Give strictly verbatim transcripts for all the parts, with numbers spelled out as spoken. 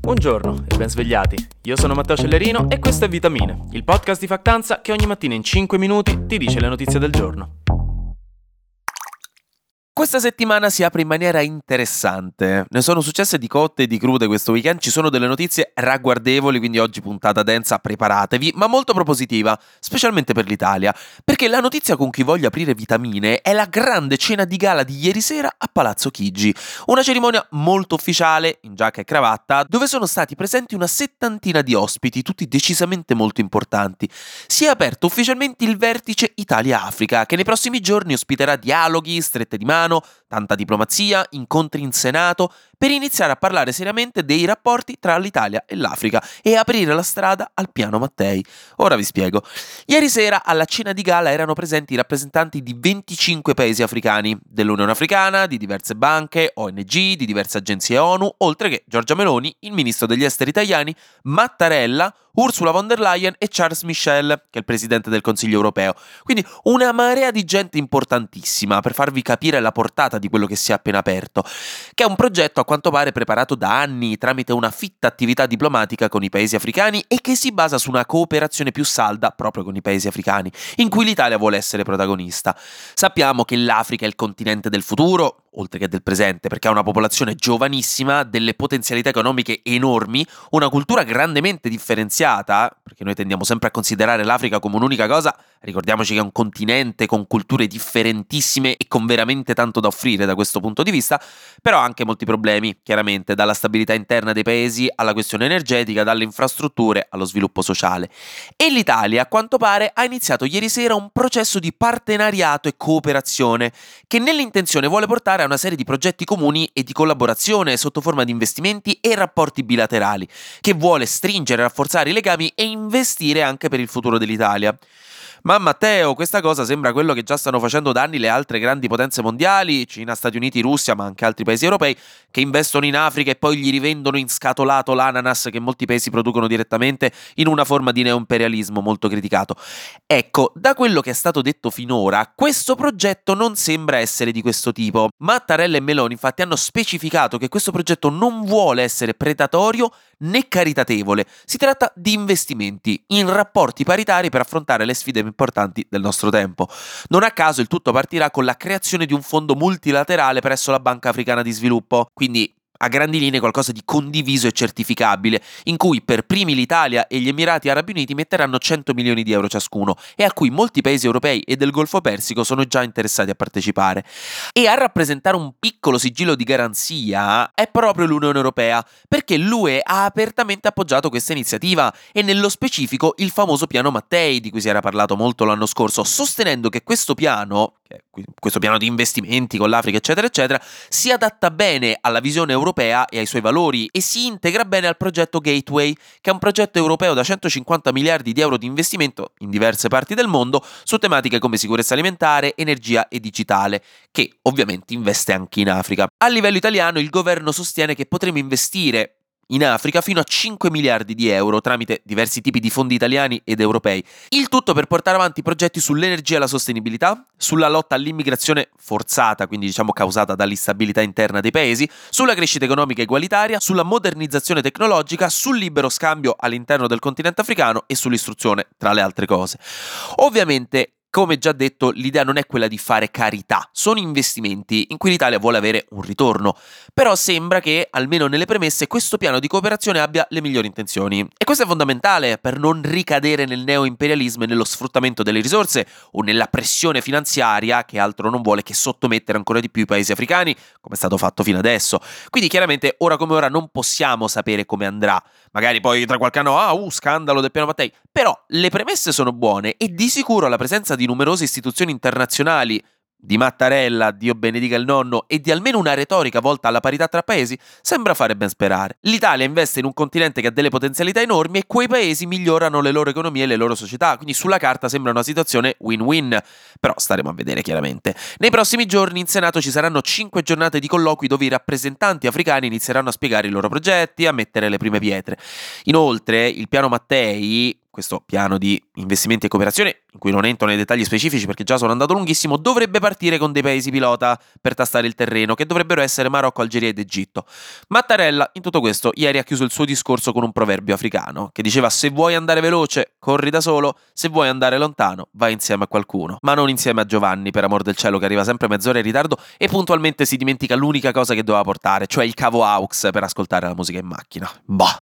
Buongiorno e ben svegliati. Io sono Matteo Cellerino e questo è Vitamine, il podcast di Factanza che ogni mattina in cinque minuti ti dice le notizie del giorno. Questa settimana si apre in maniera interessante. Ne sono successe di cotte e di crude questo weekend, ci sono delle notizie ragguardevoli, quindi oggi puntata densa, preparatevi, ma molto propositiva, specialmente per l'Italia, perché la notizia con cui voglio aprire Vitamine è la grande cena di gala di ieri sera a Palazzo Chigi, una cerimonia molto ufficiale, in giacca e cravatta, dove sono stati presenti una settantina di ospiti, tutti decisamente molto importanti. Si è aperto ufficialmente il vertice Italia-Africa, che nei prossimi giorni ospiterà dialoghi, strette di mano, tanta diplomazia, incontri in Senato, per iniziare a parlare seriamente dei rapporti tra l'Italia e l'Africa e aprire la strada al piano Mattei. Ora vi spiego. Ieri sera alla cena di gala erano presenti i rappresentanti di venticinque paesi africani, dell'Unione Africana, di diverse banche, O N G, di diverse agenzie ONU, oltre che Giorgia Meloni, il ministro degli esteri italiani, Mattarella, Ursula von der Leyen e Charles Michel, che è il presidente del Consiglio europeo. Quindi una marea di gente importantissima per farvi capire la portata di quello che si è appena aperto, che è un progetto a quanto pare preparato da anni tramite una fitta attività diplomatica con i paesi africani e che si basa su una cooperazione più salda proprio con i paesi africani, in cui l'Italia vuole essere protagonista. Sappiamo che l'Africa è il continente del futuro, oltre che del presente, perché ha una popolazione giovanissima, delle potenzialità economiche enormi, una cultura grandemente differenziata, perché noi tendiamo sempre a considerare l'Africa come un'unica cosa, ricordiamoci che è un continente con culture differentissime e con veramente tanto da offrire da questo punto di vista, però ha anche molti problemi, chiaramente, dalla stabilità interna dei paesi alla questione energetica, dalle infrastrutture allo sviluppo sociale. E l'Italia, a quanto pare, ha iniziato ieri sera un processo di partenariato e cooperazione, che nell'intenzione vuole portare a una serie di progetti comuni e di collaborazione sotto forma di investimenti e rapporti bilaterali, che vuole stringere, rafforzare i legami e investire anche per il futuro dell'Italia. Ma Matteo, questa cosa sembra quello che già stanno facendo da anni le altre grandi potenze mondiali, Cina, Stati Uniti, Russia, ma anche altri paesi europei, che investono in Africa e poi gli rivendono in scatolato l'ananas che molti paesi producono direttamente in una forma di neoimperialismo molto criticato. Ecco, da quello che è stato detto finora, questo progetto non sembra essere di questo tipo. Mattarella e Meloni infatti hanno specificato che questo progetto non vuole essere predatorio né caritatevole, si tratta di investimenti in rapporti paritari per affrontare le sfide più importanti del nostro tempo. Non a caso il tutto partirà con la creazione di un fondo multilaterale presso la Banca Africana di Sviluppo, quindi a grandi linee qualcosa di condiviso e certificabile, in cui per primi l'Italia e gli Emirati Arabi Uniti metteranno cento milioni di euro ciascuno e a cui molti paesi europei e del Golfo Persico sono già interessati a partecipare. E a rappresentare un piccolo sigillo di garanzia è proprio l'Unione Europea, perché l'U E ha apertamente appoggiato questa iniziativa e nello specifico il famoso piano Mattei, di cui si era parlato molto l'anno scorso, sostenendo che questo piano, questo piano di investimenti con l'Africa eccetera eccetera, si adatta bene alla visione europea e ai suoi valori e si integra bene al progetto Gateway, che è un progetto europeo da centocinquanta miliardi di euro di investimento in diverse parti del mondo su tematiche come sicurezza alimentare, energia e digitale, che ovviamente investe anche in Africa. A livello italiano il governo sostiene che potremo investire in Africa fino a cinque miliardi di euro tramite diversi tipi di fondi italiani ed europei. Il tutto per portare avanti progetti sull'energia e la sostenibilità, sulla lotta all'immigrazione forzata, quindi diciamo causata dall'instabilità interna dei paesi, sulla crescita economica egualitaria, sulla modernizzazione tecnologica, sul libero scambio all'interno del continente africano e sull'istruzione, tra le altre cose. Ovviamente, come già detto, l'idea non è quella di fare carità, sono investimenti in cui l'Italia vuole avere un ritorno, però sembra che, almeno nelle premesse, questo piano di cooperazione abbia le migliori intenzioni. E questo è fondamentale per non ricadere nel neoimperialismo e nello sfruttamento delle risorse o nella pressione finanziaria, che altro non vuole che sottomettere ancora di più i paesi africani, come è stato fatto fino adesso. Quindi chiaramente, ora come ora, non possiamo sapere come andrà. Magari poi tra qualche anno, ah, uh, scandalo del piano Mattei. Però le premesse sono buone e di sicuro la presenza di numerose istituzioni internazionali, di Mattarella, Dio benedica il nonno, e di almeno una retorica volta alla parità tra paesi, sembra fare ben sperare. L'Italia investe in un continente che ha delle potenzialità enormi e quei paesi migliorano le loro economie e le loro società, quindi sulla carta sembra una situazione win-win, però staremo a vedere chiaramente. Nei prossimi giorni in Senato ci saranno cinque giornate di colloqui dove i rappresentanti africani inizieranno a spiegare i loro progetti, a mettere le prime pietre. Inoltre, il piano Mattei, questo piano di investimenti e cooperazione, in cui non entro nei dettagli specifici perché già sono andato lunghissimo, dovrebbe partire con dei paesi pilota per tastare il terreno, che dovrebbero essere Marocco, Algeria ed Egitto. Mattarella, in tutto questo, ieri ha chiuso il suo discorso con un proverbio africano, che diceva: se vuoi andare veloce, corri da solo, se vuoi andare lontano, vai insieme a qualcuno. Ma non insieme a Giovanni, per amor del cielo, che arriva sempre mezz'ora in ritardo e puntualmente si dimentica l'unica cosa che doveva portare, cioè il cavo aux per ascoltare la musica in macchina. Boh.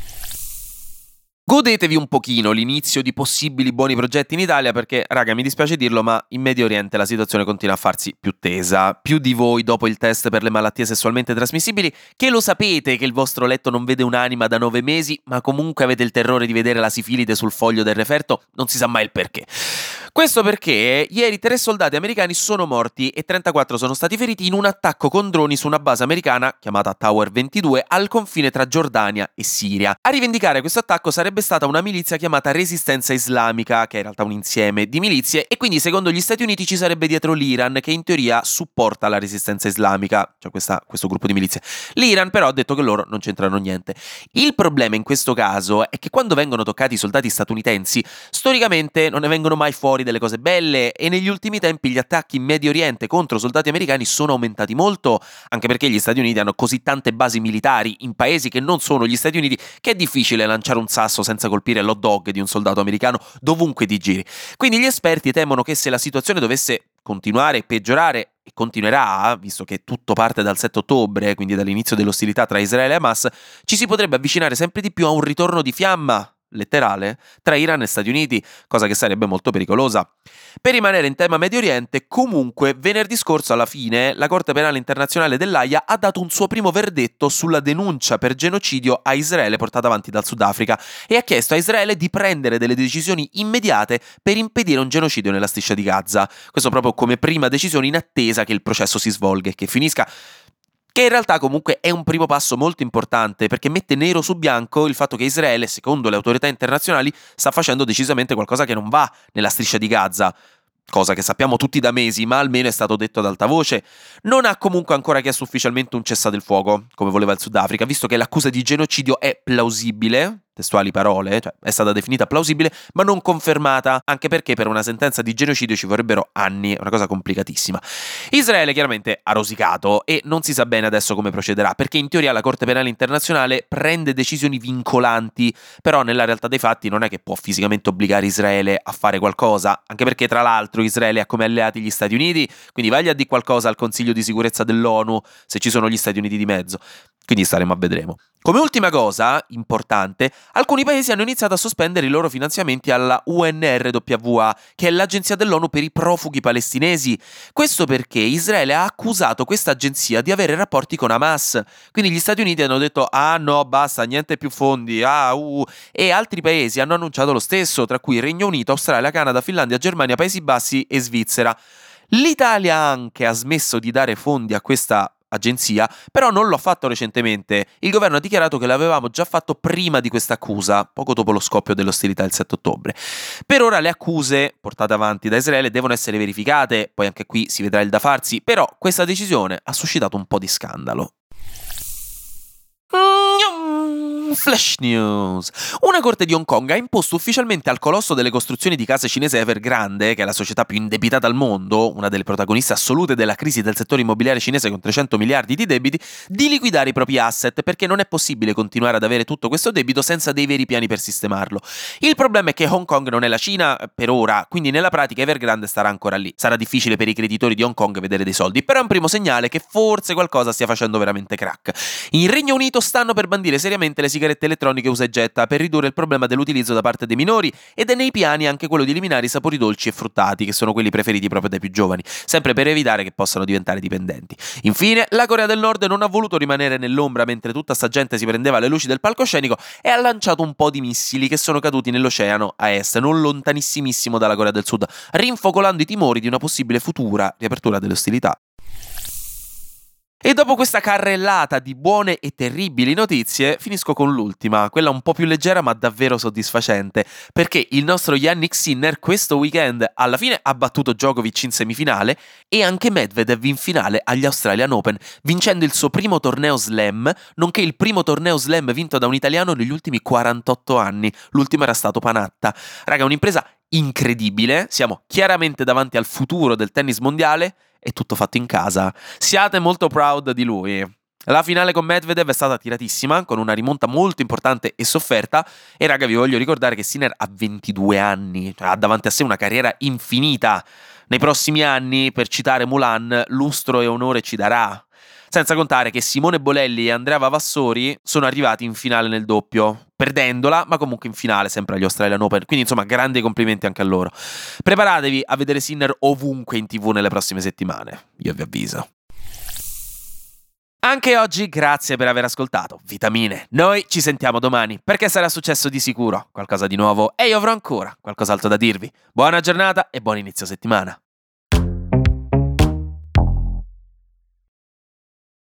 Godetevi un pochino l'inizio di possibili buoni progetti in Italia perché, raga, mi dispiace dirlo, ma in Medio Oriente la situazione continua a farsi più tesa. Più di voi dopo il test per le malattie sessualmente trasmissibili, che lo sapete che il vostro letto non vede un'anima da nove mesi, ma comunque avete il terrore di vedere la sifilide sul foglio del referto, non si sa mai il perché. Questo perché ieri tre soldati americani sono morti e trentaquattro sono stati feriti in un attacco con droni su una base americana, chiamata Tower ventidue, al confine tra Giordania e Siria. A rivendicare questo attacco sarebbe stata una milizia chiamata Resistenza Islamica, che è in realtà un insieme di milizie, e quindi secondo gli Stati Uniti ci sarebbe dietro l'Iran, che in teoria supporta la Resistenza Islamica, cioè questa, questo gruppo di milizie. L'Iran però ha detto che loro non c'entrano niente. Il problema in questo caso è che quando vengono toccati i soldati statunitensi, storicamente non ne vengono mai fuori delle cose belle, e negli ultimi tempi gli attacchi in Medio Oriente contro soldati americani sono aumentati molto, anche perché gli Stati Uniti hanno così tante basi militari in paesi che non sono gli Stati Uniti che è difficile lanciare un sasso senza colpire l'hot dog di un soldato americano dovunque ti giri. Quindi gli esperti temono che se la situazione dovesse continuare e peggiorare, e continuerà, visto che tutto parte dal sette ottobre, quindi dall'inizio dell'ostilità tra Israele e Hamas, ci si potrebbe avvicinare sempre di più a un ritorno di fiamma letterale tra Iran e Stati Uniti, cosa che sarebbe molto pericolosa. Per rimanere in tema Medio Oriente, comunque, venerdì scorso alla fine la Corte Penale Internazionale dell'Aia ha dato un suo primo verdetto sulla denuncia per genocidio a Israele portata avanti dal Sudafrica e ha chiesto a Israele di prendere delle decisioni immediate per impedire un genocidio nella striscia di Gaza. Questo proprio come prima decisione in attesa che il processo si svolga e che finisca. Che in realtà comunque è un primo passo molto importante perché mette nero su bianco il fatto che Israele, secondo le autorità internazionali, sta facendo decisamente qualcosa che non va nella striscia di Gaza. Cosa che sappiamo tutti da mesi, ma almeno è stato detto ad alta voce. Non ha comunque ancora chiesto ufficialmente un cessate il fuoco, come voleva il Sudafrica, visto che l'accusa di genocidio è plausibile, testuali parole, cioè è stata definita plausibile, ma non confermata, anche perché per una sentenza di genocidio ci vorrebbero anni, è una cosa complicatissima. Israele chiaramente ha rosicato e non si sa bene adesso come procederà, perché in teoria la Corte Penale Internazionale prende decisioni vincolanti, però nella realtà dei fatti non è che può fisicamente obbligare Israele a fare qualcosa, anche perché tra l'altro Israele ha come alleati gli Stati Uniti, quindi vai a dire qualcosa al Consiglio di sicurezza dell'ONU se ci sono gli Stati Uniti di mezzo. Quindi staremo a vedremo. Come ultima cosa importante, alcuni paesi hanno iniziato a sospendere i loro finanziamenti alla U N R W A, che è l'agenzia dell'ONU per i profughi palestinesi. Questo perché Israele ha accusato questa agenzia di avere rapporti con Hamas. Quindi gli Stati Uniti hanno detto ah no, basta, niente più fondi, ah uh, e altri paesi hanno annunciato lo stesso, tra cui Regno Unito, Australia, Canada, Finlandia, Germania, Paesi Bassi e Svizzera. L'Italia anche ha smesso di dare fondi a questa agenzia, però non l'ho fatto recentemente. Il governo ha dichiarato che l'avevamo già fatto prima di questa accusa, poco dopo lo scoppio dell'ostilità il sette ottobre. Per ora le accuse portate avanti da Israele devono essere verificate, poi anche qui si vedrà il da farsi, però questa decisione ha suscitato un po' di scandalo. Flash News. Una corte di Hong Kong ha imposto ufficialmente al colosso delle costruzioni di case cinese Evergrande, che è la società più indebitata al mondo, una delle protagoniste assolute della crisi del settore immobiliare cinese con trecento miliardi di debiti, di liquidare i propri asset, perché non è possibile continuare ad avere tutto questo debito senza dei veri piani per sistemarlo. Il problema è che Hong Kong non è la Cina per ora, quindi nella pratica Evergrande starà ancora lì. Sarà difficile per i creditori di Hong Kong vedere dei soldi, però è un primo segnale che forse qualcosa stia facendo veramente crack. In Regno Unito stanno per bandire seriamente le sigarette elettroniche usa e getta per ridurre il problema dell'utilizzo da parte dei minori, ed è nei piani anche quello di eliminare i sapori dolci e fruttati, che sono quelli preferiti proprio dai più giovani, sempre per evitare che possano diventare dipendenti. Infine, la Corea del Nord non ha voluto rimanere nell'ombra mentre tutta sta gente si prendeva le luci del palcoscenico e ha lanciato un po' di missili che sono caduti nell'oceano a est, non lontanissimissimo dalla Corea del Sud, rinfocolando i timori di una possibile futura riapertura delle ostilità. E dopo questa carrellata di buone e terribili notizie, finisco con l'ultima, quella un po' più leggera ma davvero soddisfacente, perché il nostro Jannik Sinner questo weekend alla fine ha battuto Djokovic in semifinale e anche Medvedev in finale agli Australian Open, vincendo il suo primo torneo slam, nonché il primo torneo slam vinto da un italiano negli ultimi quarantotto anni. L'ultimo era stato Panatta. Raga, un'impresa incredibile, siamo chiaramente davanti al futuro del tennis mondiale. È tutto fatto in casa. Siate molto proud di lui. La finale con Medvedev è stata tiratissima, con una rimonta molto importante e sofferta. E raga, vi voglio ricordare che Sinner ha ventidue anni, cioè ha davanti a sé una carriera infinita. Nei prossimi anni, per citare Mulan, lustro e onore ci darà. Senza contare che Simone Bolelli e Andrea Vavassori sono arrivati in finale nel doppio, perdendola, ma comunque in finale sempre agli Australian Open. Quindi insomma, grandi complimenti anche a loro. Preparatevi a vedere Sinner ovunque in tivù nelle prossime settimane. Io vi avviso. Anche oggi grazie per aver ascoltato Vitamine. Noi ci sentiamo domani, perché sarà successo di sicuro qualcosa di nuovo e io avrò ancora qualcos'altro da dirvi. Buona giornata e buon inizio settimana.